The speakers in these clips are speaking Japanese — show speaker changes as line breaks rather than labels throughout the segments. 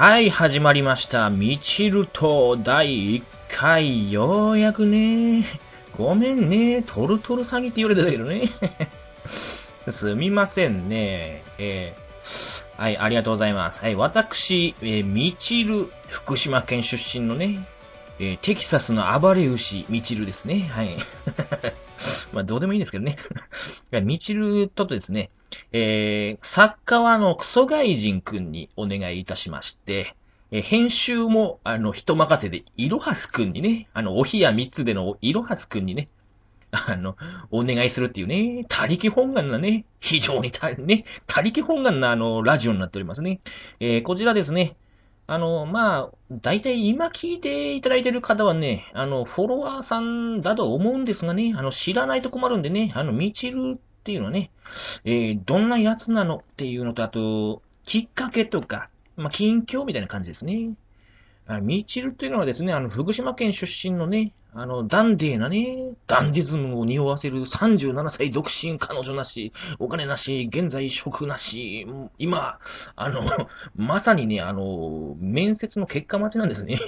はい、始まりました。みちると第1回。ようやくね。ごめんね。トルトル詐欺って言われてたけどね。すみませんね。はい、ありがとうございます。はい、私、みちる、福島県出身のね、テキサスの暴れ牛、みちるですね。はい。まあ、どうでもいいんですけどね。みちるとですね、作家はクソ外人くんにお願いいたしまして、編集も、人任せで、いろはすくんにね、お部屋3つでのいろはすくんにね、お願いするっていうね、他力本願なね、非常に他力本願なラジオになっておりますね。こちらですね、大体今聞いていただいている方はね、フォロワーさんだと思うんですがね、知らないと困るんでね、みちるっていうのはね、どんなやつなのっていうのと、あと、きっかけとか、近況みたいな感じですね。ミーチルというのはですね、福島県出身のね、ダンディーなね、ダンディズムを匂わせる37歳独身彼女なし、お金なし、現在職なし、今、まさにね、面接の結果待ちなんですね。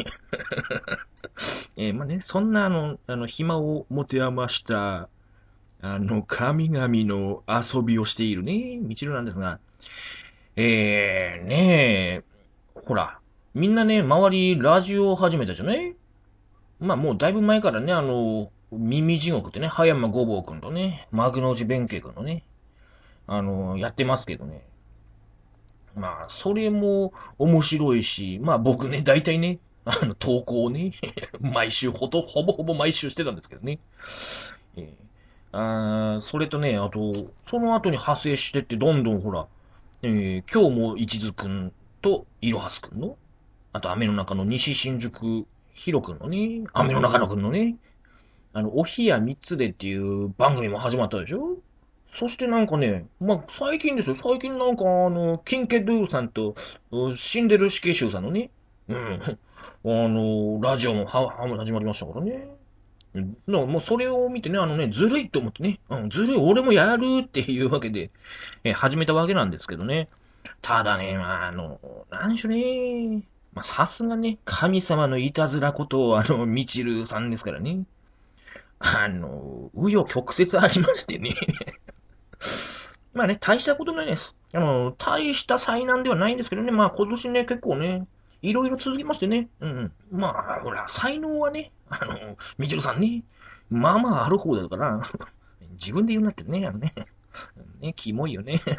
そんな暇を持て余した、神々の遊びをしているね、ミチルなんですが、ねえ、ほら、みんなね、周りラジオを始めたじゃないもうだいぶ前からね、耳地獄ってね、葉山ごぼうくんとね、幕の内弁慶くんのね、やってますけどね。それも面白いし、僕ね、大体ね、投稿をね、毎週、ほぼほぼ毎週してたんですけどね。えそれとね、あと、その後に派生してって、どんどんほら、今日も一途くんといろはすくんの、あと雨の中の西新宿ひろくんのね、雨の中のくんのね、お冷や3つでっていう番組も始まったでしょ。そしてなんかね、最近ですよ。最近なんかキンケッドゥさんと、死んでる死刑囚さんのね、うん、ラジオも始まりましたからね。もうそれを見てね、ずるいって思ってね、ずるい、俺もやるっていうわけで、始めたわけなんですけどね。ただね、なんでしょうね。さすがね、神様のいたずらことを、みちるさんですからね。紆余曲折ありましてね。大したことないです。大した災難ではないんですけどね。今年ね、結構ね、いろいろ続きましてね。うん。ほら、才能はね、みちるさんね、ある方だから、自分で言うなってね、ね、キモいよね。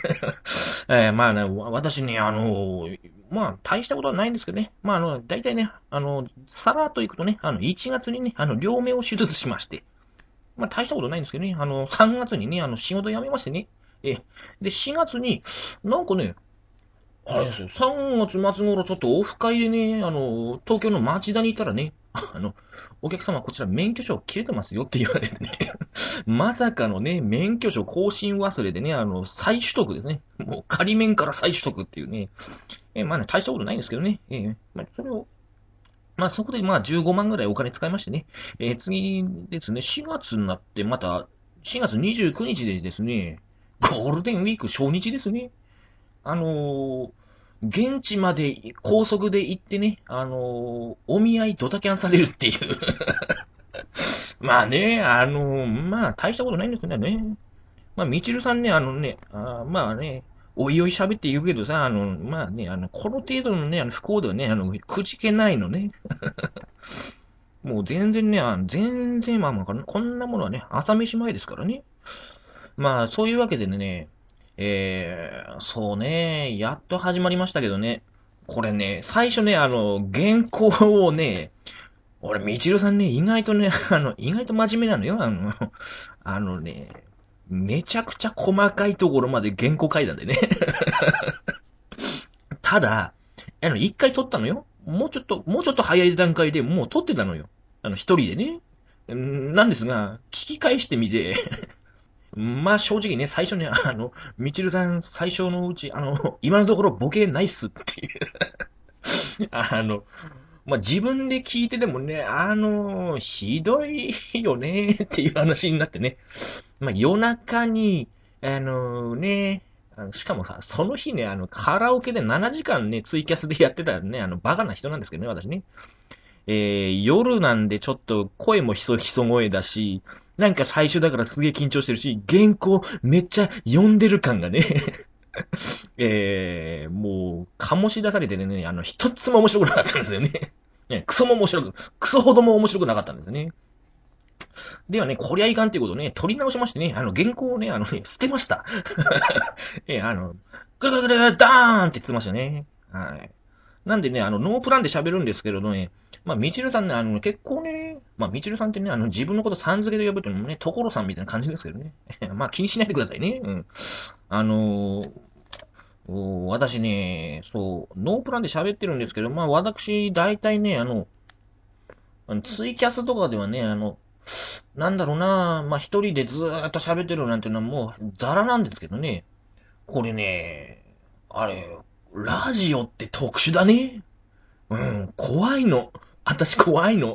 私ね、大したことはないんですけどね。大体ね、さらっと行くとね、1月にね、両目を手術しまして、大したことないんですけどね、3月にね、仕事辞めましてね、で、4月に、なんかね、あれですよ、3月末頃ちょっとオフ会でね、東京の町田に行ったらね、お客様こちら免許証切れてますよって言われてね、まさかのね、免許証更新忘れでね、再取得ですね。もう仮免から再取得っていうね、大したことないんですけどね、それを、そこで15万ぐらいお金使いましてね、次ですね、4月になってまた、4月29日でですね、ゴールデンウィーク初日ですね。現地まで高速で行ってね、お見合いドタキャンされるっていう大したことないんですけどね。みちるさんね、おいおい喋って言うけどさ、この程度のね、不幸ではね、くじけないのね。もう全然ね、全然、こんなものはね、朝飯前ですからね。そういうわけでね、そうね、やっと始まりましたけどね。これね、最初ね、原稿をね、俺、みちるさんね、意外とね、意外と真面目なのよ。あのね、めちゃくちゃ細かいところまで原稿書いたんでね。ただ、一回撮ったのよ。もうちょっと早い段階でもう撮ってたのよ。一人でね。なんですが、聞き返してみて、正直ね、最初ね、みちるさん、最初のうち、今のところボケないっすっていう自分で聞いてでもね、ひどいよねっていう話になってね。夜中に、 しかもさ、その日ね、カラオケで7時間ね、ツイキャスでやってたね、バカな人なんですけどね、私ね。夜なんでちょっと声もひそひそ声だし、なんか最初だからすげえ緊張してるし、原稿めっちゃ読んでる感がね、もう、醸し出されてね、一つも面白くなかったんですよね。ね、クソほども面白くなかったんですよね。ではね、こりゃいかんっていうことをね、取り直しましてね、原稿をね、捨てました。ぐるぐるぐるダーンって言ってましたね。はい。なんでね、ノープランで喋るんですけれどね、まあ、みちるさんね、結構ね、まあ、みちるさんってね、自分のことさん付けで呼ぶっていうのもね、所さんみたいな感じですけどね。まあ、気にしないでくださいね。うん。あのー私ね、そう、ノープランで喋ってるんですけど、まあ、私、大体ね、ツイキャスとかではね、なんだろうな、まあ、一人でずーっと喋ってるなんていうのはもう、ザラなんですけどね。これね、あれ、ラジオって特殊だね。うん、怖いの。私怖いの。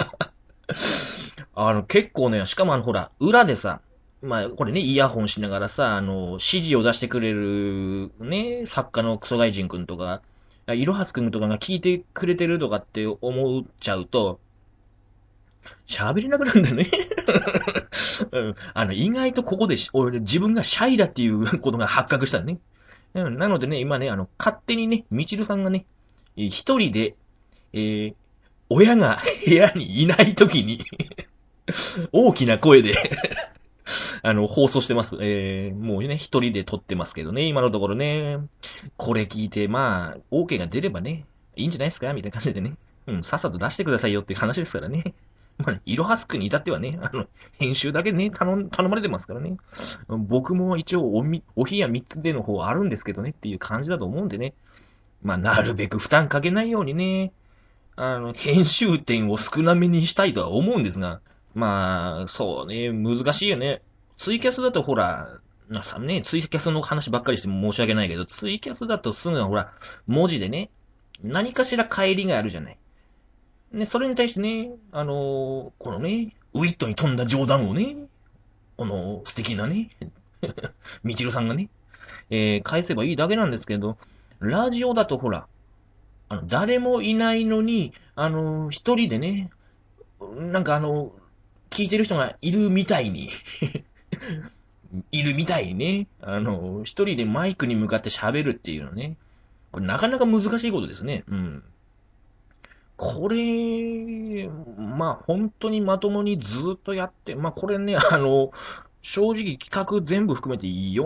結構ね、しかもほら、裏でさ、まあ、これね、イヤホンしながらさ、指示を出してくれる、ね、作家のクソガイジンくんとか、いろはすくんとかが聞いてくれてるとかって思っちゃうと、喋れなくなるんだよね。うん、意外とここで俺、自分がシャイだっていうことが発覚したね。うん、なのでね、今ね、勝手にね、みちるさんがね、一人で、えー親が部屋にいないときに大きな声で放送してます。もうね、一人で撮ってますけどね、今のところね。これ聞いて、まあ、OK が出ればね、いいんじゃないですかみたいな感じでね。うん、さっさと出してくださいよっていう話ですからね。まあ、ね、いろはすくに至ってはね、編集だけね、頼まれてますからね。僕も一応お部屋3つでの方あるんですけどねっていう感じだと思うんでね。まあ、なるべく負担かけないようにね、編集点を少なめにしたいとは思うんですが、まあ、そうね、難しいよね。ツイキャスだとほら、ツイキャスの話ばっかりしても申し訳ないけど、ツイキャスだとすぐほら、文字でね、何かしら帰りがあるじゃない。ね、それに対してね、このね、ウィットに富んだ冗談をね、この素敵なね、みちるさんがね、返せばいいだけなんですけど、ラジオだとほら、誰もいないのに、一人でね、なんか聞いてる人がいるみたいにいるみたいにね、一人でマイクに向かって喋るっていうのね、これなかなか難しいことですね。うん。これ、まあ本当にまともにずっとやって、まあこれね、正直企画全部含めて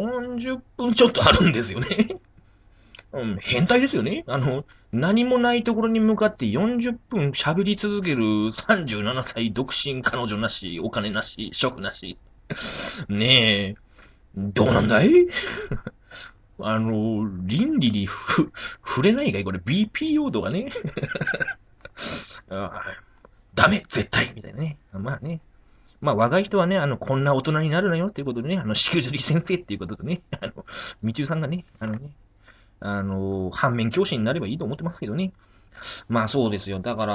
40分ちょっとあるんですよね。うん、変態ですよね。何もないところに向かって40分喋り続ける37歳独身彼女なし、お金なし、職なし。ねえ、どうなんだい倫理に触れないかいこれ BPO とかね。あダメ絶対みたいなね。まあね。まあ、若い人はね、こんな大人になるなよっていうことでね、しくじり先生っていうことでね、みちゅうさんがね、反面教師になればいいと思ってますけどね。まあそうですよ。だから、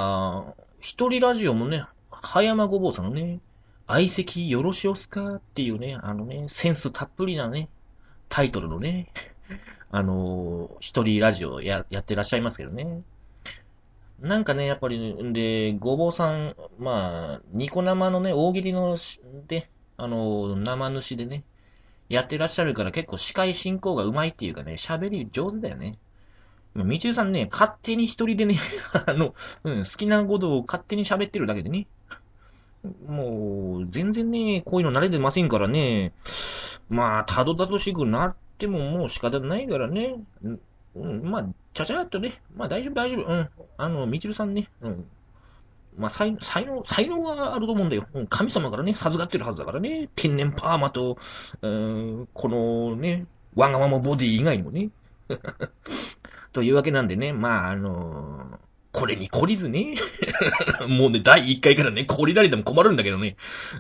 一人ラジオもね、葉山ごぼうさんのね、相席よろしおすかっていうね、センスたっぷりなね、タイトルのね、一人ラジオやってらっしゃいますけどね。なんかね、やっぱり、ね、で、ごぼうさん、まあ、ニコ生のね、大喜利ので、生主でね、やってらっしゃるから結構司会進行がうまいっていうかね、喋り上手だよね。みちるさんね、勝手に一人でね、好きなことを勝手に喋ってるだけでね。もう、全然ね、こういうの慣れてませんからね。まあ、たどたどしくなってももう仕方ないからね。まあ、ちゃちゃっとね。まあ、大丈夫、大丈夫。うん。みちるさんね。うん。まあ、才能があると思うんだよ。うん神様からね、授かってるはずだからね。天然パーマと、このね、わがままボディ以外にもね。というわけなんでね、まあ、これに懲りずね、もうね、第1回からね、懲りられても困るんだけどね、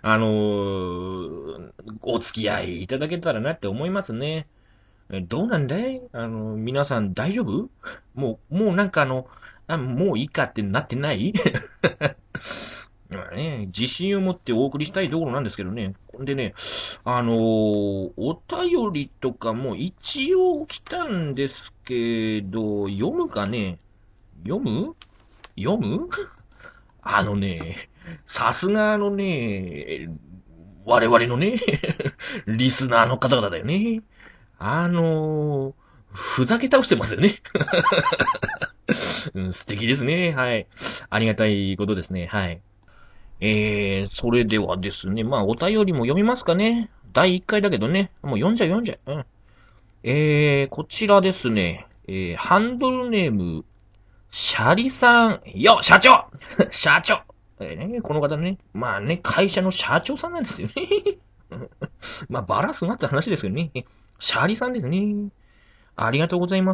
お付き合いいただけたらなって思いますね。どうなんだい皆さん大丈夫もうなんかもういいかってなってないまあね、自信を持ってお送りしたいところなんですけどね。でね、お便りとかも一応来たんですけど、読むかね？読む読むさすが我々のね、リスナーの方々だよね。ふざけ倒してますよね。うん、素敵ですね。はい。ありがたいことですね。はい。それではですね、まあ、お便りも読みますかね。第1回だけどね。もう読んじゃう。うん。こちらですね。ハンドルネーム、シャリさん。社長社長この方ね。まあね、会社の社長さんなんですよね。まあ、バラすなって話ですけどね。シャリさんですね。ありがとうございます。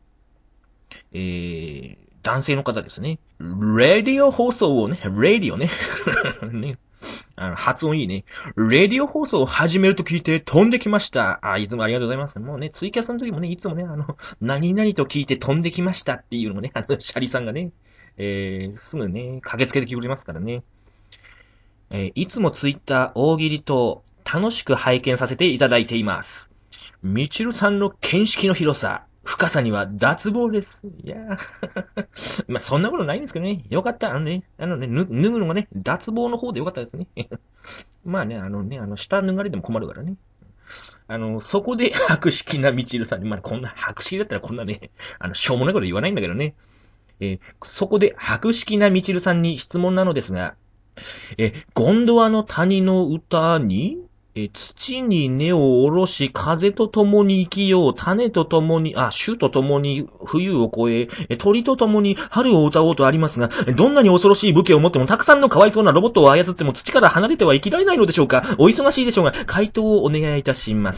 男性の方ですね。レディオ放送をね、レディオね。ね。発音いいね。レディオ放送を始めると聞いて飛んできました。いつもありがとうございます。もうね、ツイキャスの時もね、いつもね、何々と聞いて飛んできましたっていうのもね、シャリさんがね、すぐね、駆けつけてきてくれますからね。いつもツイッター大喜利と楽しく拝見させていただいています。みちるさんの見識の広さ、深さには脱帽です。いやーまあ、そんなことないんですけどね。よかった。脱ぐのがね、脱帽の方でよかったですね。まあね、下脱がれても困るからね。そこで博識なみちるさんに、まあ、こんな、博識だったらこんなね、しょうもないこと言わないんだけどね。そこで博識なみちるさんに質問なのですが、ゴンドワの谷の歌に、土に根を下ろし、風と共に生きよう、種と共に、種と共に冬を越え、鳥と共に春を歌おうとありますが、どんなに恐ろしい武器を持っても、たくさんのかわいそうなロボットを操っても土から離れては生きられないのでしょうか？お忙しいでしょうが、回答をお願いいたします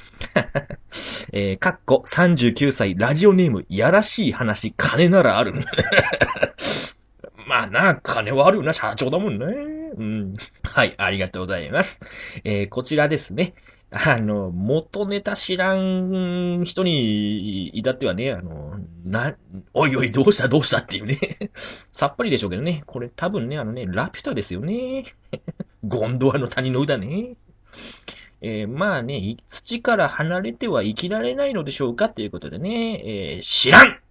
。39歳、ラジオネーム、やらしい話、金ならある。まあな、金はあるよな、社長だもんね。うん。はい、ありがとうございます。こちらですね。元ネタ知らん人に至ってはね、おいおい、どうしたっていうね。さっぱりでしょうけどね。これ多分ね、ラピュタですよね。ゴンドワの谷の歌ね。まあね、土から離れては生きられないのでしょうかということでね、知らん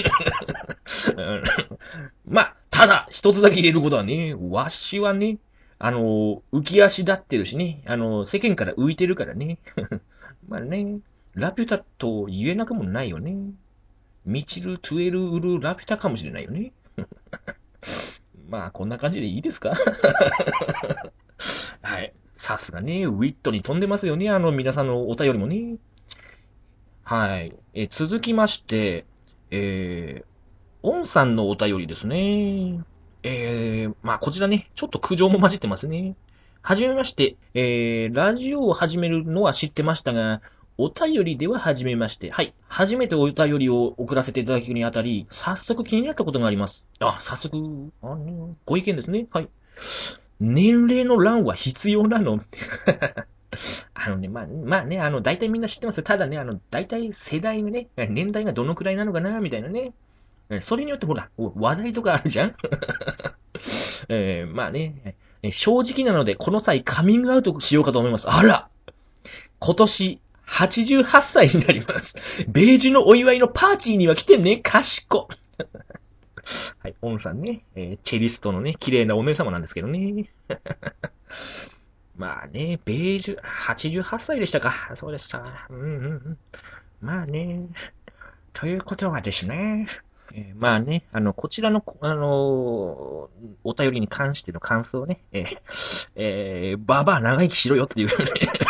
まあ、ただ、一つだけ言えることはね、わしはね、浮き足立ってるしね、世間から浮いてるからね。まあね、ラピュタと言えなくもないよね。ミチル・トゥエル・ウル・ラピュタかもしれないよね。まあ、こんな感じでいいですか？はい。さすがね、ウィットに飛んでますよね、皆さんのお便りもね。はい。続きまして、オンさんのお便りですね。まあ、こちらね、ちょっと苦情も混じってますね。はじめまして、ラジオを始めるのは知ってましたが、お便りでは初めまして。はい。初めてお便りを送らせていただくにあたり、早速気になったことがあります。早速、ご意見ですね。はい。年齢の欄は必要なの？まあね、大体みんな知ってますよ。ただね、大体世代のね、年代がどのくらいなのかな、みたいなね。それによってほら、話題とかあるじゃん。まあね、正直なので、この際カミングアウトしようかと思います。あら今年、88歳になります。ベージュのお祝いのパーティーには来てね、かしこ。はい、オンさんね、チェリストのね、綺麗なお姉様なんですけどね。まあね、ベージュ、88歳でしたか。そうでした。うんうんうん。まあね、ということはですね、まあね、こちらの、お便りに関しての感想をね、ばばあ長生きしろよっていうね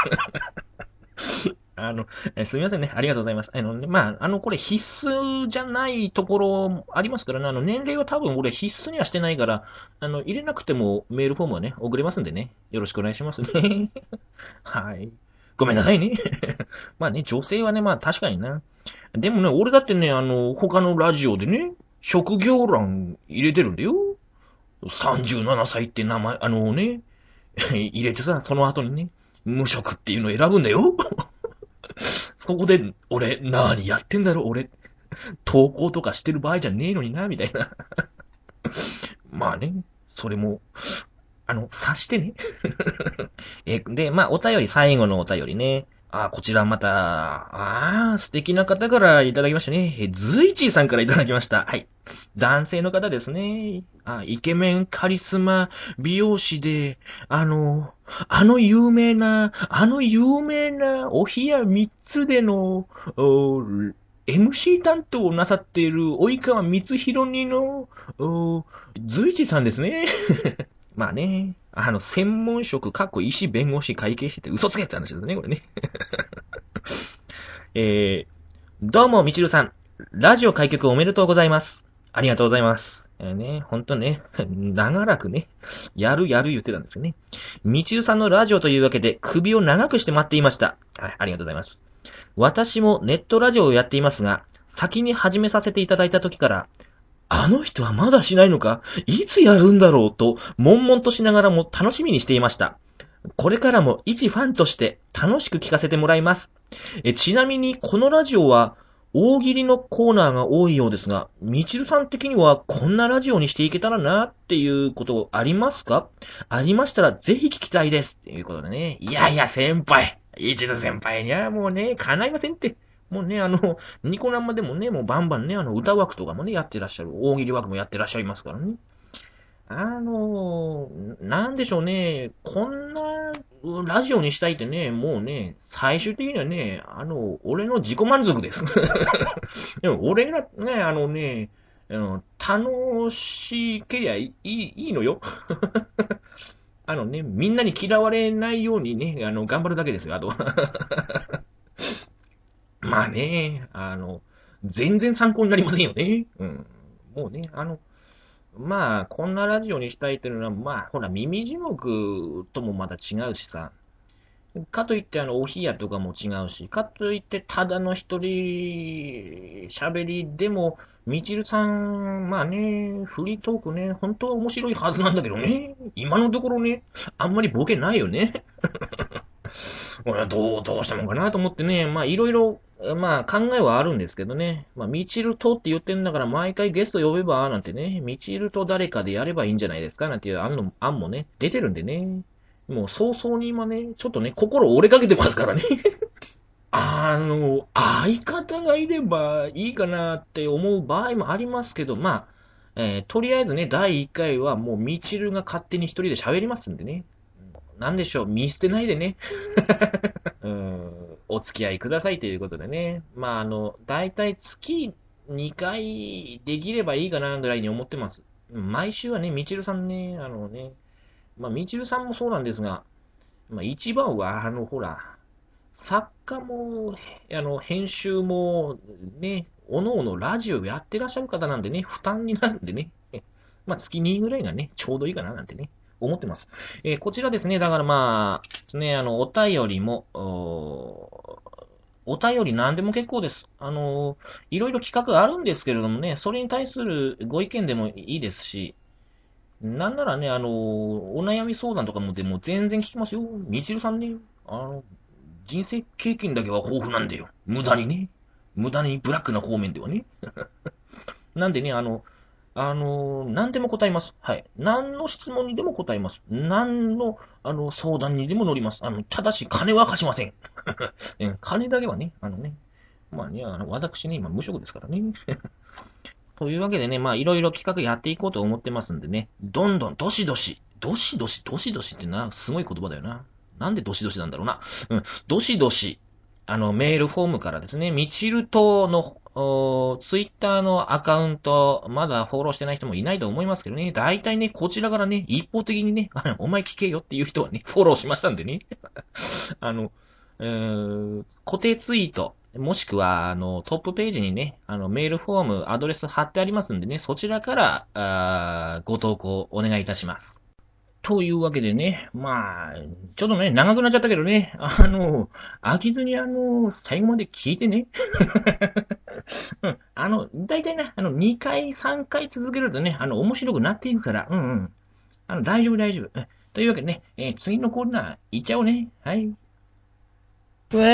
すみませんね。ありがとうございます。これ必須じゃないところありますからね。年齢は多分俺必須にはしてないから、入れなくてもメールフォームはね、送れますんでね。よろしくお願いしますね。はい。ごめんなさいね。まあね、女性はね、まあ確かにな。でもね、俺だってね、他のラジオでね、職業欄入れてるんだよ。37歳って名前、入れてさ、その後にね、無職っていうのを選ぶんだよ。そこで、俺、何やってんだろ、俺。投稿とかしてる場合じゃねえのにな、みたいな。まあね、それも、 察してね。で、まあ、お便り、最後のお便りね。こちらまた、素敵な方からいただきましたね。ズイチーさんからいただきました。はい。男性の方ですね。イケメン、カリスマ、美容師で、あの有名なお部屋3つでの、MC 担当をなさっている及川光弘にの、ズイチーさんですね。まあね、専門職、医師、弁護士、会計士って嘘つけって話ですね、これね。えどうも、みちるさん。ラジオ開局おめでとうございます。ありがとうございます。ほんとね、長らくね、やる言ってたんですよね。みちるさんのラジオというわけで首を長くして待っていました。はい、ありがとうございます。私もネットラジオをやっていますが、先に始めさせていただいた時から、あの人はまだしないのかいつやるんだろうと、悶々としながらも楽しみにしていました。これからも一ファンとして楽しく聞かせてもらいます。ちなみにこのラジオは大喜利のコーナーが多いようですが、みちるさん的にはこんなラジオにしていけたらなっていうことありますか？ありましたらぜひ聞きたいです。っていうことでね。いやいや先輩。一途先輩にはもうね、叶いませんって。もうね、ニコ生でもね、もうバンバンね、歌枠とかもね、やってらっしゃる。大喜利枠もやってらっしゃいますからね。なんでしょうね。こんなラジオにしたいってね、もうね、最終的にはね、俺の自己満足です。でも俺がね、楽しけりゃいいのよ。みんなに嫌われないようにね、頑張るだけですよ、あと。まあね、全然参考になりませんよね。うん。もうね、まあ、こんなラジオにしたいっていうのは、まあ、ほら、耳地獄ともまた違うしさ。かといって、お冷やとかも違うし、かといって、ただの一人喋りでも、みちるさん、まあね、フリートークね、本当は面白いはずなんだけどね。今のところね、あんまりボケないよね。俺はどうしたもんかなと思ってね、まあいろいろ、まあ考えはあるんですけどね。まあ、みちるとって言ってんだから毎回ゲスト呼べば、なんてね、みちると誰かでやればいいんじゃないですかなんていう案もね、出てるんでね。もう早々に今ね、ちょっとね、心折れかけてますからね。相方がいればいいかなって思う場合もありますけど、まあ、とりあえずね、第1回はもうみちるが勝手に一人で喋りますんでね。なんでしょう、見捨てないでね。お付き合いくださいということでね。まあ、だいたい月2回できればいいかなぐらいに思ってます。毎週はね、みちるさんね、まあ、みちるさんもそうなんですが、まあ、一番は、ほら、作家も、編集も、ね、おのおのラジオやってらっしゃる方なんでね、負担になるんでね。まあ、月2ぐらいがね、ちょうどいいかななんてね、思ってます。こちらですね、だからまあ、ですね、お便りも、お便り何でも結構です。いろいろ企画あるんですけれどもね、それに対するご意見でもいいですし、なんならね、お悩み相談とかもでも全然聞きますよ。みちるさんね、人生経験だけは豊富なんだよ。無駄にブラックな方面ではね。なんでね、何でも答えます。はい。何の質問にでも答えます。何の、相談にでも乗ります。ただし、金は貸しません。金だけはね、まあね、私ね、今無職ですからね。というわけでね、まあ、いろいろ企画やっていこうと思ってますんでね、どんどん、どしどしってな、すごい言葉だよな。なんでどしどしなんだろうな。どしどし、メールフォームからですね、みちるとの、ツイッターのアカウント、まだフォローしてない人もいないと思いますけどね、大体ね、こちらからね、一方的にね、お前聞けよっていう人はね、フォローしましたんでね。固定ツイート、もしくは、トップページにね、メールフォーム、アドレス貼ってありますんでね、そちらから、ご投稿お願いいたします。というわけでね、まあ、ちょっとね、長くなっちゃったけどね、飽きずに最後まで聞いてね。うん、大体ね、2回、3回続けるとね、面白くなっていくから、うんうん。大丈夫、大丈夫。というわけでね、次のコーナー、行っちゃおうね。はい。ウェーウ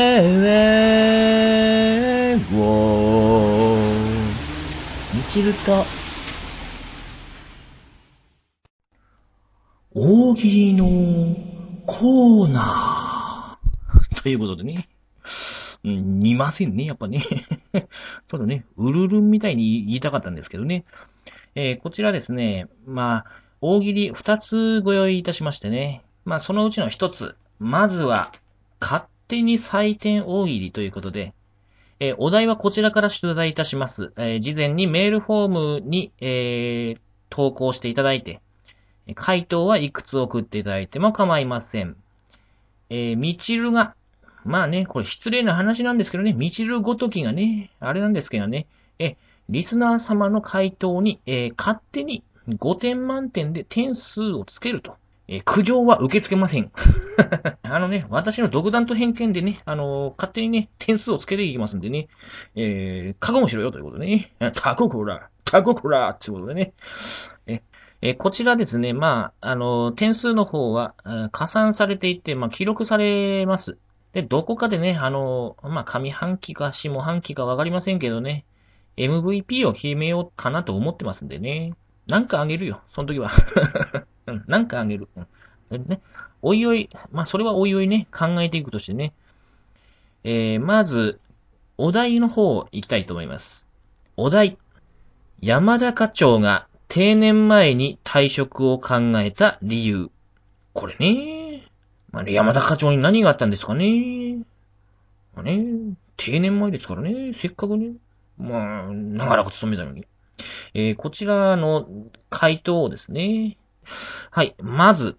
ェーウォーみちると大喜利のコーナー。ということでね。似ませんね、やっぱね。ちょっとね、ウルルンみたいに言いたかったんですけどね。こちらですね、大喜利2つご用意いたしましてね。そのうちの1つ。まずは、勝手に採点大喜利ということで、お題はこちらから出題いたします。事前にメールフォームに、投稿していただいて、回答はいくつ送っていただいても構いません。みちるが、これ失礼な話なんですけどね、みちるごときがね、あれなんですけどね、リスナー様の回答に、勝手に5点満点で点数をつけると。苦情は受け付けません。私の独断と偏見でね、勝手にね、点数をつけていきますんでね、覚悟しろよということでね、タココラっていうことでね、こちらですね、点数の方は、加算されていて、記録されます。で、どこかでね、上半期か下半期かわかりませんけどね、MVP を決めようかなと思ってますんでね。なんかあげるよ、その時は。なんかあげる。ね、おいおい、それはおいおいね、考えていくとしてね。まず、お題の方行きたいと思います。お題。山田課長が定年前に退職を考えた理由。これね。山田課長に何があったんですかね。定年前ですからね。せっかくね。長らく勤めたのに。こちらの回答をですね。はい。まず、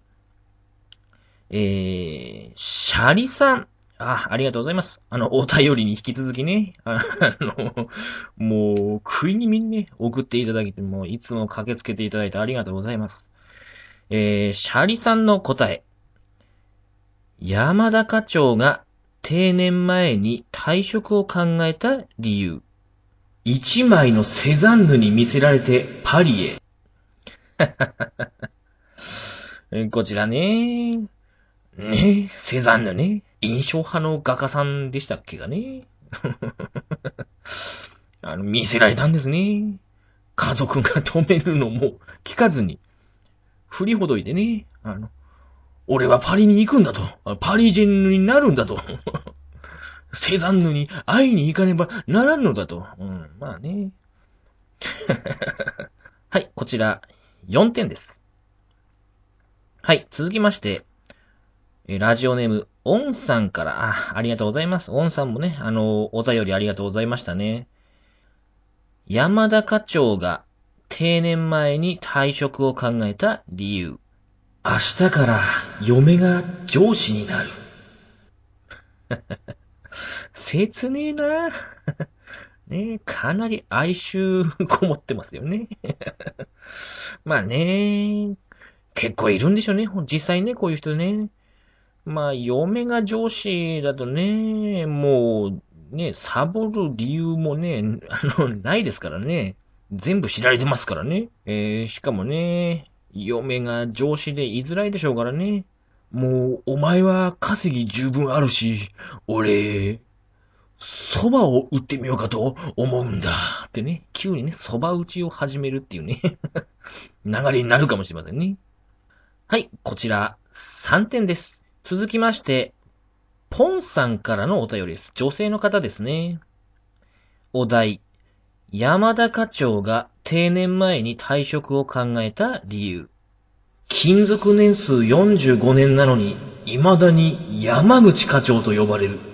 シャリさん。ありがとうございます。お便りに引き続きね、もう、食いにみにね、送っていただいて、もう、いつも駆けつけていただいてありがとうございます。シャリさんの答え。山田課長が定年前に退職を考えた理由。一枚のセザンヌに見せられてパリへ。こちらね。ねセザンヌね。印象派の画家さんでしたっけがね。見せられたんですね。家族が止めるのも聞かずに、振りほどいてね。俺はパリに行くんだと。パリジェンヌになるんだと。セザンヌに会いに行かねばならんのだと。ね。はい、こちら、4点です。はい、続きまして、ラジオネーム、オンさんから、ありがとうございます。オンさんもね、お便りありがとうございましたね。山田課長が定年前に退職を考えた理由。明日から嫁が上司になる。切ねえな。ね、かなり哀愁こもってますよね。ね、結構いるんでしょうね。実際ね、こういう人ね。嫁が上司だとね、もう、ね、サボる理由もね、ないですからね。全部知られてますからね。しかもね、嫁が上司で居づらいでしょうからね。もう、お前は稼ぎ十分あるし、俺、蕎麦を打ってみようかと思うんだ。ってね、急にね、蕎麦打ちを始めるっていうね、流れになるかもしれませんね。はい、こちら、3点です。続きまして、ポンさんからのお便りです。女性の方ですね。お題、山田課長が定年前に退職を考えた理由。勤続年数45年なのに、未だに山口課長と呼ばれる。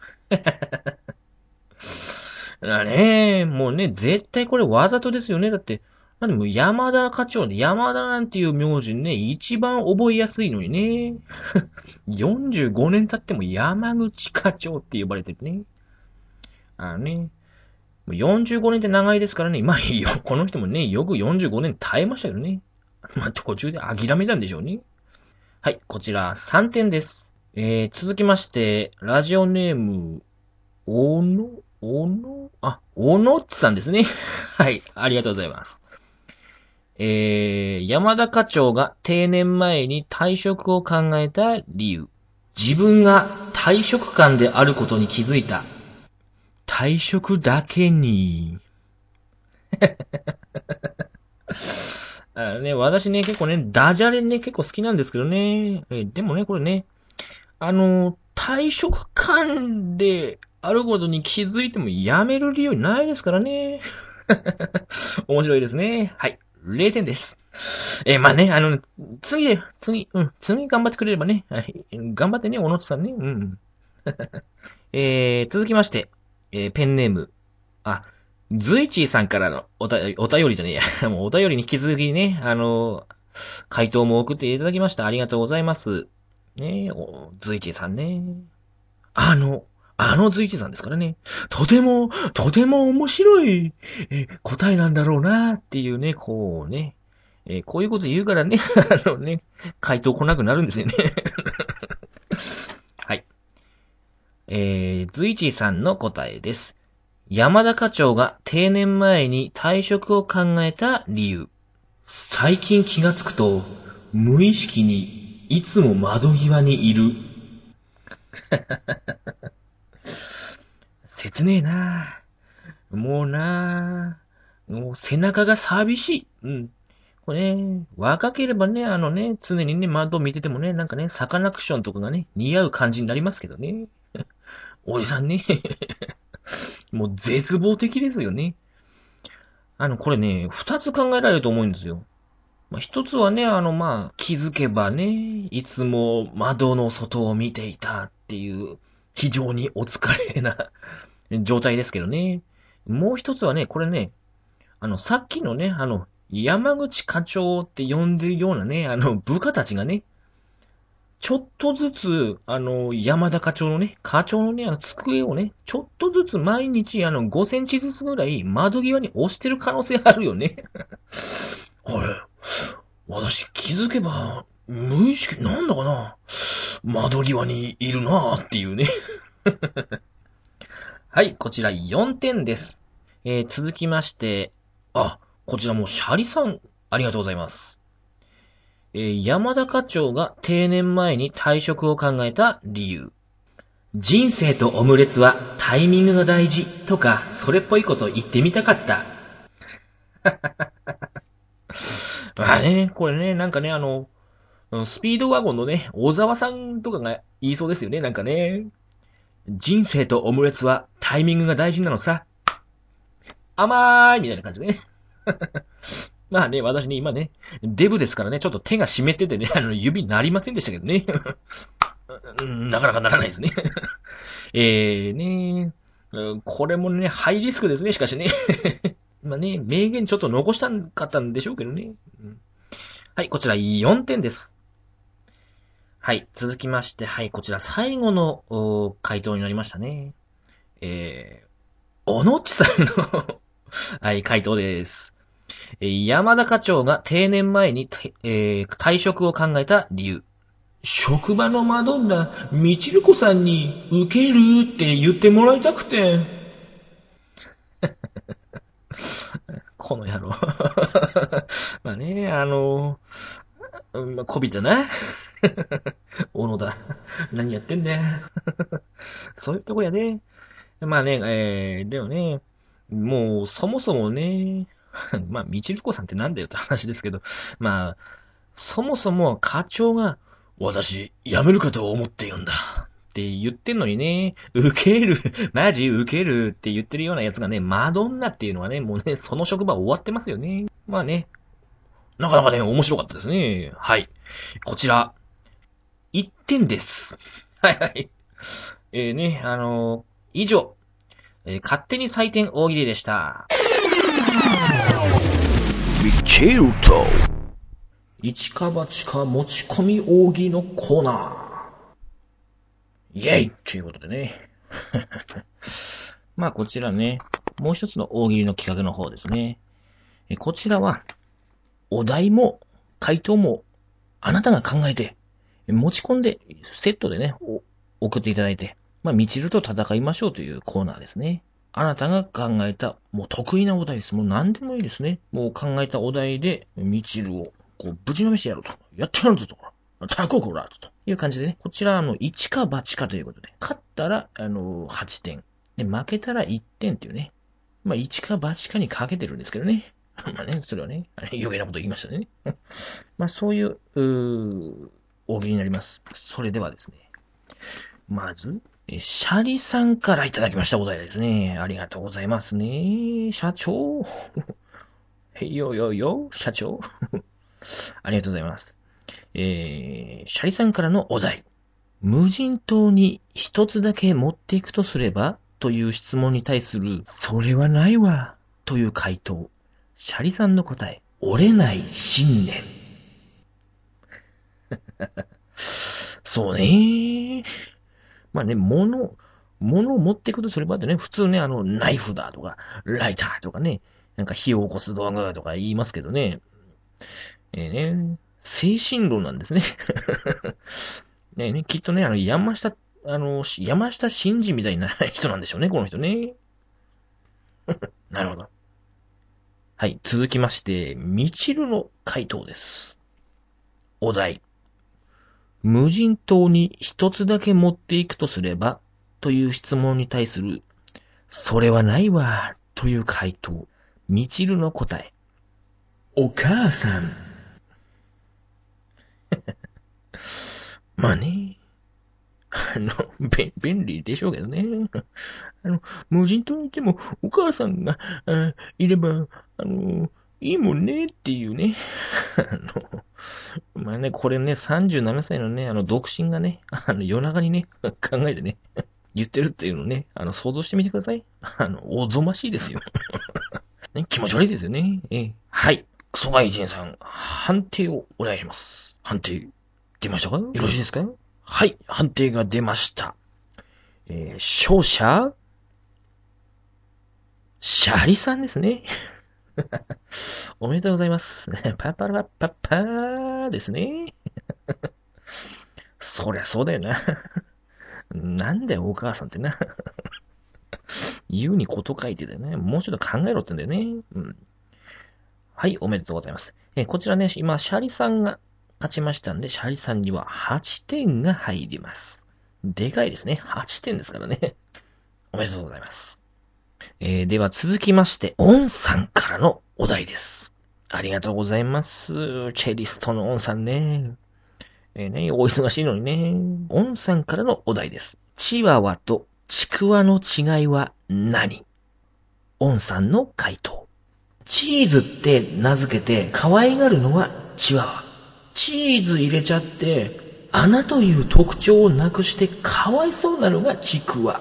もうね、絶対これわざとですよね。だって、でも山田課長で、山田なんていう名字ね、一番覚えやすいのにね。45年経っても山口課長って呼ばれてるね。45年って長いですからね。この人もね、よく45年耐えましたけどね。途中で諦めたんでしょうね。はい、こちら3点です。続きまして、ラジオネーム、おのっちさんですね。はい、ありがとうございます。山田課長が定年前に退職を考えた理由。自分が退職官であることに気づいた。退職だけに。 私ね、結構ね、ダジャレね、結構好きなんですけどね。でもね、これね、退職感であることに気づいてもやめる理由ないですからね。面白いですね。はい。0点です。まあね、次頑張ってくれればね。はい。頑張ってね、小野地さんね。うん。続きまして、ペンネーム。あ、ズイチーさんからのお便りじゃねえや。もうお便りに引き続きね、回答も送っていただきました。ありがとうございます。ねズイチーさんね。あの、ズイチーさんですからね。とても面白い、答えなんだろうなっていうね、こうね。こういうこと言うからね、回答来なくなるんですよね。はい。ズイチーさんの答えです。山田課長が定年前に退職を考えた理由。最近気がつくと、無意識にいつも窓際にいる。切ねえなもうもう背中が寂しい。うん。これね、若ければね、常にね、窓を見ててもね、なんかね、サカナクションとかがね、似合う感じになりますけどね。おじさんね、もう絶望的ですよね。これね、二つ考えられると思うんですよ。一つはね、気づけばね、いつも窓の外を見ていたっていう、非常にお疲れな状態ですけどね。もう一つはね、これね、さっきのね、山口課長って呼んでるようなね、部下たちがね、ちょっとずつ、山田課長のね、課長のね、机をね、ちょっとずつ毎日、5センチずつぐらい窓際に押してる可能性あるよね。あれ、私気づけば、無意識、なんだかな窓際にいるなーっていうね。はい、こちら4点です。続きまして、こちらもシャリさん、ありがとうございます。山田課長が定年前に退職を考えた理由。人生とオムレツはタイミングが大事とか、それっぽいこと言ってみたかった。まあね、これね、なんかね、スピードワゴンのね、小沢さんとかが言いそうですよね、なんかね。人生とオムレツはタイミングが大事なのさ。甘ーいみたいな感じでね。まあね、私ね、今ね、デブですからね、ちょっと手が湿っててね、指なりませんでしたけどね。なかなかならないですね。ねこれもね、ハイリスクですね、しかしね。まあね、名言ちょっと残したかったんでしょうけどね。はい、こちら4点です。はい、続きまして、はい、こちら最後の回答になりましたね。おのちさんのはい、回答です。山田課長が定年前に、退職を考えた理由。職場のマドンナ、みちるこさんに受けるって言ってもらいたくて。この野郎。まあね、こびたな。小野田。何やってんだよ。そういうとこやね。まあね、でもね、もう、そもそもね、まあ、みちるこさんってなんだよって話ですけど、まあ、そもそも課長が、私、辞めるかと思っているんだ。って言ってんのにね、受ける、マジ受けるって言ってるようなやつがね、マドンナっていうのはね、もうね、その職場終わってますよね。まあね、なかなかね、面白かったですね。はい。こちら、1点です。はいはい。ね、以上、勝手に採点大喜利でした。ミチェルト。一か八か持ち込み大喜利のコーナー。イェイということでね。まあこちらね、もう一つの大喜利の企画の方ですね。こちらは、お題も回答もあなたが考えて、持ち込んでセットでね、送っていただいて、まあ、みちると戦いましょうというコーナーですね。あなたが考えた、もう得意なお題です。もう何でもいいですね。もう考えたお題で、みちるを、こう、ぶちのめしてやろうと。やってやるぞと。タココラという感じでね。こちら、1か8かということで。勝ったら、8点。で、負けたら1点っていうね。まあ、1か8かにかけてるんですけどね。 まあね、それはね、余計なこと言いましたね。まあそういう、大喜利になります。それではですね、まず、シャリさんからいただきましたお題ですね。ありがとうございますね。社長。へいよよよ、社長。ありがとうございます。シャリさんからのお題。無人島に一つだけ持っていくとすればという質問に対する、それはないわ、という回答。シャリさんの答え。折れない信念。そうね。まあね、物を持っていくとすればってね、普通ね、ナイフだとか、ライターとかね、なんか火を起こす道具とか言いますけどね。精神論なんですね。ね、きっとね、山下真司みたいな人なんでしょうね、この人ね。なるほど。はい、続きまして、みちるの回答です。お題。無人島に一つだけ持っていくとすれば、という質問に対する、それはないわ、という回答。みちるの答え。お母さん。まあね。便利でしょうけどね。無人島にいてもお母さんがいれば、いいもんねっていうね。まあね、これね、37歳のね、独身がね、夜中にね、考えてね、言ってるっていうのをね、想像してみてください。おぞましいですよ。ね、気持ち悪いですよね。はい。クソガイジンさん、判定をお願いします。判定、出ましたか？よろしいですか？はい、判定が出ました。勝者、シャリさんですね。おめでとうございます。パパラパッパーですね。そりゃそうだよな。なんだよ、お母さんってな。言うにこと書いてだよね。もうちょっと考えろってんだよね。うん。はい、おめでとうございます。こちらね、今、シャリさんが勝ちましたんで、シャリさんには8点が入ります。でかいですね。8点ですからね。おめでとうございます。では続きまして、オンさんからのお題です。ありがとうございます。チェリストのオンさんね。ね、お忙しいのにね。オンさんからのお題です。チワワとチクワの違いは何？オンさんの回答。チーズって名付けて可愛がるのはチワワ。チーズ入れちゃって穴という特徴をなくしてかわいそうなのがチクワ。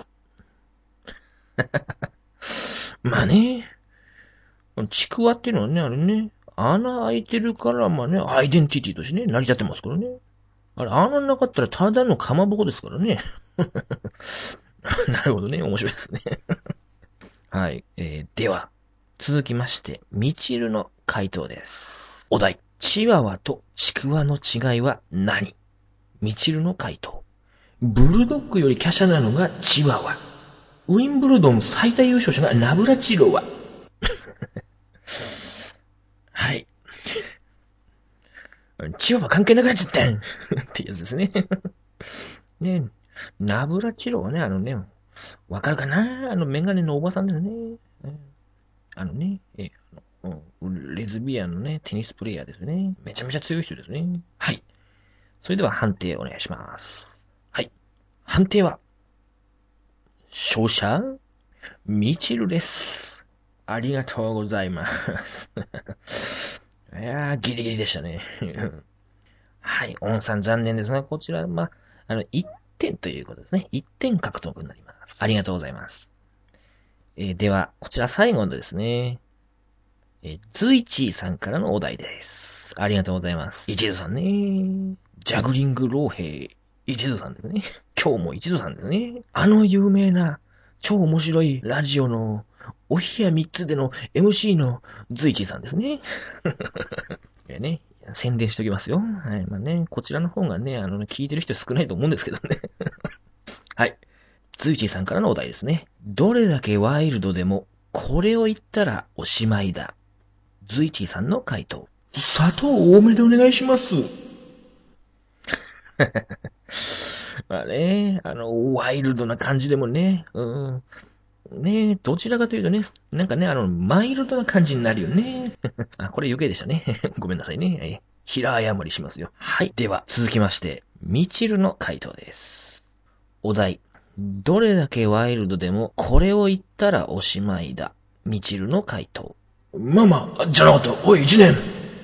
まあね。ちくわっていうのはね、あれね、穴開いてるから、まあね、アイデンティティとしてね、成り立ってますからね。あれ、穴なかったらただのかまぼこですからね。なるほどね、面白いですね。はい。では、続きまして、みちるの回答です。お題。チワワとちくわの違いは何？みちるの回答。ブルドッグより華奢なのがチワワ。ウィンブルドン最多優勝者がナブラチロワ。はい。チワワ関係なくなっちゃったってやつですね。ねナブラチロはね、わかるかな？メガネのおばさんですね。レズビアンのね、テニスプレイヤーですね。めちゃめちゃ強い人ですね。はい。それでは判定お願いします。はい。判定は、勝者、ミチルです。ありがとうございます。いやー、ギリギリでしたね。はい、オンさん残念ですが、こちら、1点ということですね。1点獲得になります。ありがとうございます。では、こちら最後のですね、ズイチーさんからのお題です。ありがとうございます。一途さんね。ジャグリング老兵、一途さんですね。今日も一途さんですね。有名な、超面白いラジオの、お部屋3つでの MC のズイチーさんですね。ね、宣伝しておきますよ。はい。まあね、こちらの方がね、聞いてる人少ないと思うんですけどね。はい。ズイチーさんからのお題ですね。どれだけワイルドでも、これを言ったらおしまいだ。ズイチーさんの回答。砂糖多めでお願いします。まあね、ワイルドな感じでもね、うん。 ね、どちらかというとね、なんかね、マイルドな感じになるよね。あ、これ余計でしたね。ごめんなさいね。平謝りしますよ。はい。では、続きまして、ミチルの回答です。お題。どれだけワイルドでも、これを言ったらおしまいだ。ミチルの回答。
ママ、じゃなかった。おい、一年。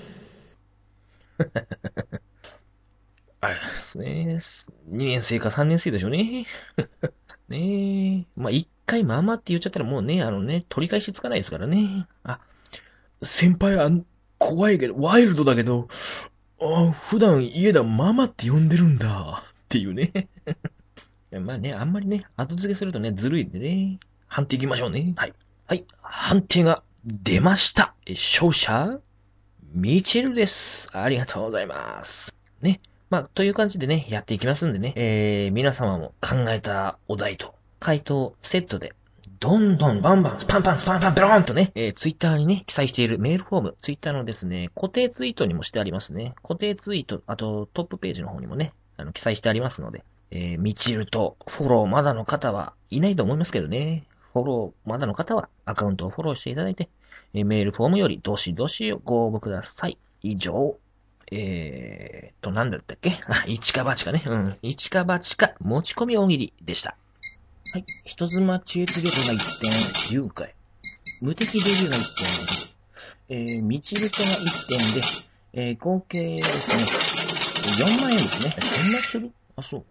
あれですね。2年生か3年生でしょうね。ねえ。まあ、一回ママって言っちゃったらもうね、取り返しつかないですからね。あ、
先輩怖いけど、ワイルドだけど、普段家ではママって呼んでるんだ。っていうね。
まあね、あんまりね、後付けするとね、ずるいんでね。判定いきましょうね。はい。はい。判定が出ました。勝者、ミチェルです。ありがとうございます。ね。まあ、という感じでね、やっていきますんでね。皆様も考えたお題と回答セットで、どんどんバンバン、スパンパン、スパンパン、ペローンとね、ツイッターにね、記載しているメールフォーム、ツイッターのですね、固定ツイートにもしてありますね。固定ツイート、あとトップページの方にもね、記載してありますので、ミチルとフォローまだの方はいないと思いますけどね。フォローまだの方はアカウントをフォローしていただいて、メールフォームよりどしどしご応募ください。以上。なんだったっけ一か八かね。一か八か持ち込み大喜利でした。はい。人妻知恵ツゲルが1点、10回。無敵デビューが1点、ミチルトが1点で、合計ですね、4万円ですね。そんなする？あ、そう。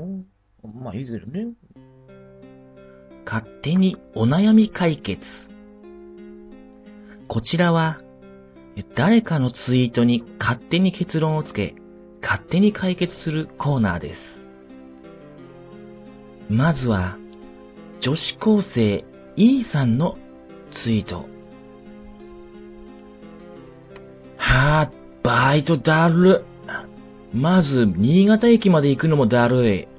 まあいいけどね。勝手にお悩み解決。こちらは、誰かのツイートに勝手に結論をつけ、勝手に解決するコーナーです。まずは、女子高生 E さんのツイート。はぁ、バイトだる。まず、新潟駅まで行くのもだるい。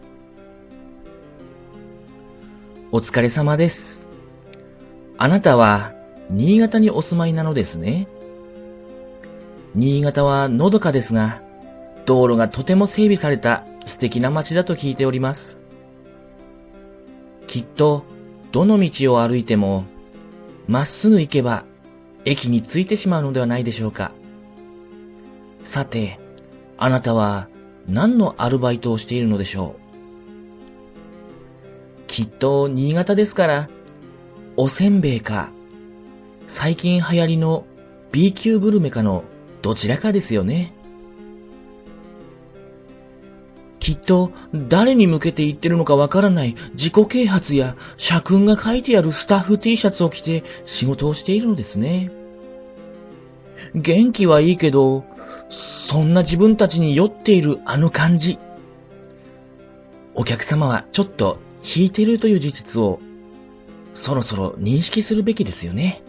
お疲れ様です。あなたは、新潟にお住まいなのですね。新潟はのどかですが、道路がとても整備された素敵な街だと聞いております。きっと、どの道を歩いても、まっすぐ行けば、駅に着いてしまうのではないでしょうか。さて、あなたは何のアルバイトをしているのでしょう。きっと、新潟ですから、おせんべいか、最近流行りの B 級グルメかのどちらかですよね。きっと誰に向けて言ってるのかわからない自己啓発や社訓が書いてあるスタッフ T シャツを着て仕事をしているのですね。元気はいいけど、そんな自分たちに酔っているあの感じ。お客様はちょっと引いているという事実をそろそろ認識するべきですよね。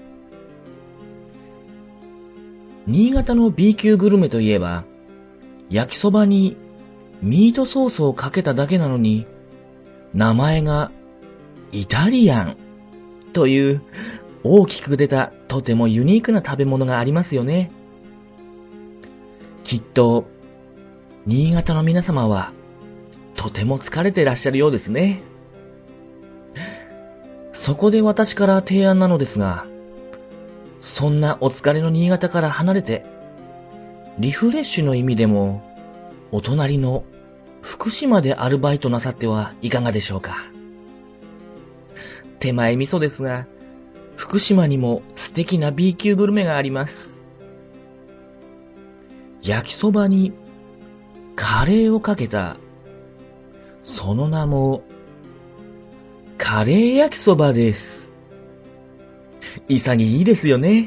新潟の B 級グルメといえば、焼きそばにミートソースをかけただけなのに、名前がイタリアンという大きく出たとてもユニークな食べ物がありますよね。きっと、新潟の皆様はとても疲れてらっしゃるようですね。そこで私から提案なのですが、そんなお疲れの新潟から離れて、リフレッシュの意味でも、お隣の福島でアルバイトなさってはいかがでしょうか。手前味噌ですが、福島にも素敵な B 級グルメがあります。焼きそばにカレーをかけた、その名も、カレー焼きそばです。潔いですよね。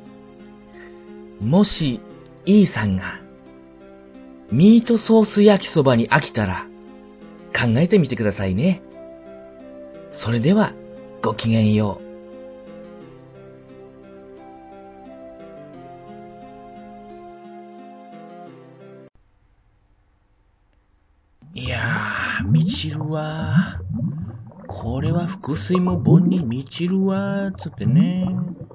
もし、E さんが、ミートソース焼きそばに飽きたら、考えてみてくださいね。それでは、ごきげんよう。いやー、みちるわー。これは腹水も盆にみちるわー、つってね。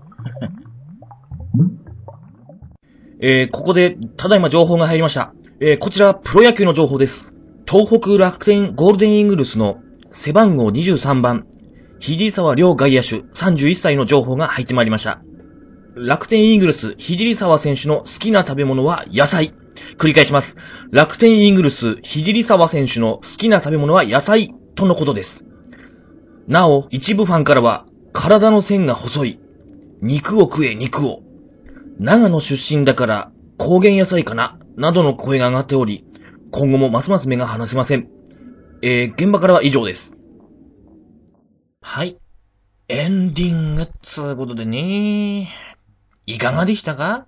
ここで、ただいま情報が入りました。こちら、プロ野球の情報です。東北楽天ゴールデンイーグルスの背番号23番、 聖沢亮外野手31歳の情報が入ってまいりました。楽天イーグルス、聖沢選手の好きな食べ物は野菜。繰り返します。楽天イーグルス、聖沢選手の好きな食べ物は野菜とのことです。なお、一部ファンからは、体の線が細い。肉を食え、肉を。長野出身だから高原野菜かななどの声が上がっており、今後もますます目が離せません。現場からは以上です。はい。エンディングつうことでね。いかがでしたか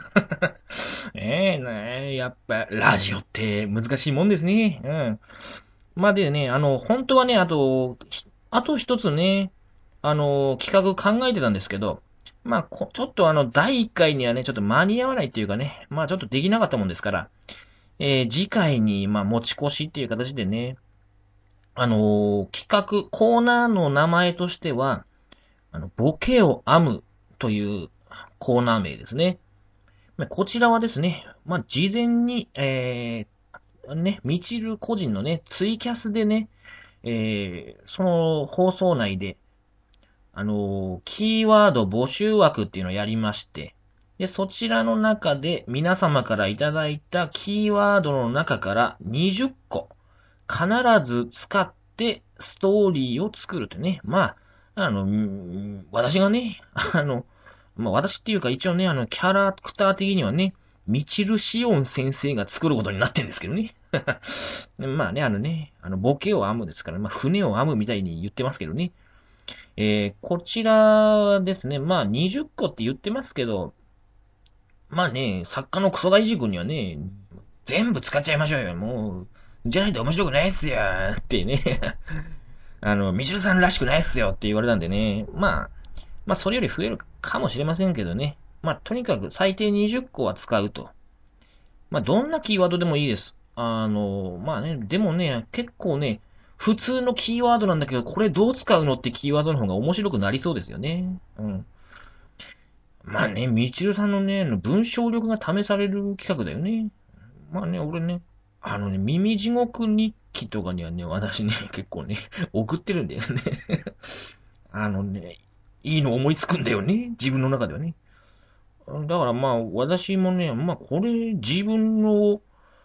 やっぱラジオって難しいもんですね。うん。まあでね、本当はね、あと一つね、企画考えてたんですけど、まあ、ちょっと第1回にはね、ちょっと間に合わないっていうかね、まあちょっとできなかったもんですから、次回に、まあ持ち越しっていう形でね、企画、コーナーの名前としては、ボケを編むというコーナー名ですね。こちらはですね、まあ事前に、みちる個人のね、ツイキャスでね、その放送内で、キーワード募集枠っていうのをやりまして、で、そちらの中で皆様からいただいたキーワードの中から20個必ず使ってストーリーを作るとね。まあ、私がね、まあ私っていうか一応ね、キャラクター的にはね、ミチルシオン先生が作ることになってるんですけどね。まあね、ボケを編むですから、まあ船を編むみたいに言ってますけどね。こちらですね、まあ20個って言ってますけど、まあね、作家のクソガイジ君にはね、全部使っちゃいましょうよ、もう、じゃないと面白くないっすよってね、みちるさんらしくないっすよって言われたんでね、まあそれより増えるかもしれませんけどね、まあとにかく最低20個は使うと。まあどんなキーワードでもいいです。まあね、でもね、結構ね、普通のキーワードなんだけど、これどう使うのってキーワードの方が面白くなりそうですよね。うん。まあね、みちるさんのね、文章力が試される企画だよね。まあね、俺ね、耳地獄日記とかにはね、私ね、結構ね、送ってるんだよね。いいの思いつくんだよね。自分の中ではね。だからまあ、私もね、まあこれ自分の、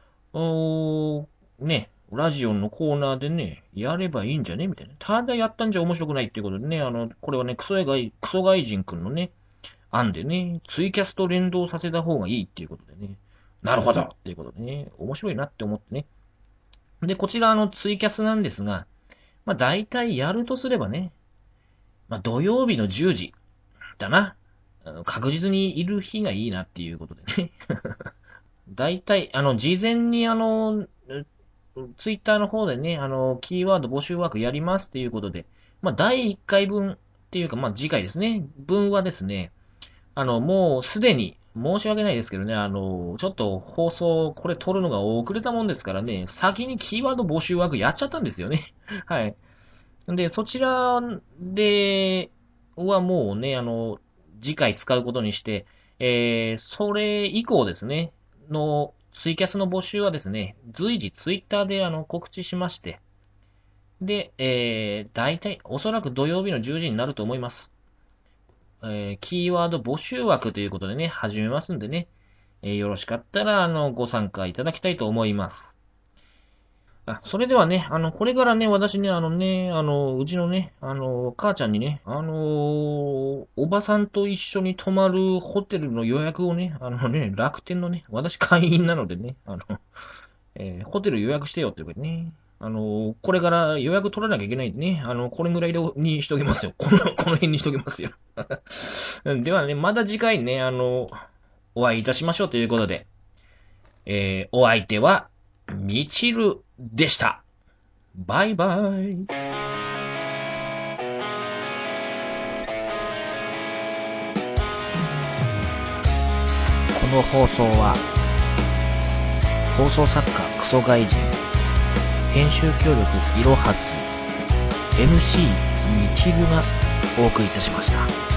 ね、ラジオのコーナーでね、やればいいんじゃねみたいな。ただやったんじゃ面白くないっていうことでね、これはね、クソ外人くんのね、案でね、ツイキャスと連動させた方がいいっていうことでね、なるほどっていうことでね、面白いなって思ってね。で、こちらツイキャスなんですが、まあ大体やるとすればね、まあ土曜日の10時だな。確実にいる日がいいなっていうことでね。大体、事前にツイッターの方でね、キーワード募集枠やりますっていうことで、まあ、第1回分っていうか、まあ、次回ですね、分はですね、もうすでに、申し訳ないですけどね、ちょっと放送、これ撮るのが遅れたもんですからね、先にキーワード募集枠やっちゃったんですよね。はい。で、そちらで、はもうね、次回使うことにして、それ以降ですね、のツイキャスの募集はですね、随時ツイッターで告知しまして、で、大体、おそらく土曜日の10時になると思います。キーワード募集枠ということでね、始めますんでね、よろしかったら、ご参加いただきたいと思います。それではね、これからね、私ね、うちのね、母ちゃんにね、おばさんと一緒に泊まるホテルの予約をね、楽天のね、私会員なのでね、ホテル予約してよっていうことでね、これから予約取らなきゃいけないんでね、これぐらいにしときますよ。この辺にしときますよ。ではね、また次回ね、お会いいたしましょうということで、お相手は、みちるでした。バイバイ。この放送は、放送作家クソ外人、編集協力いろはず、MC みちるがお送りいたしました。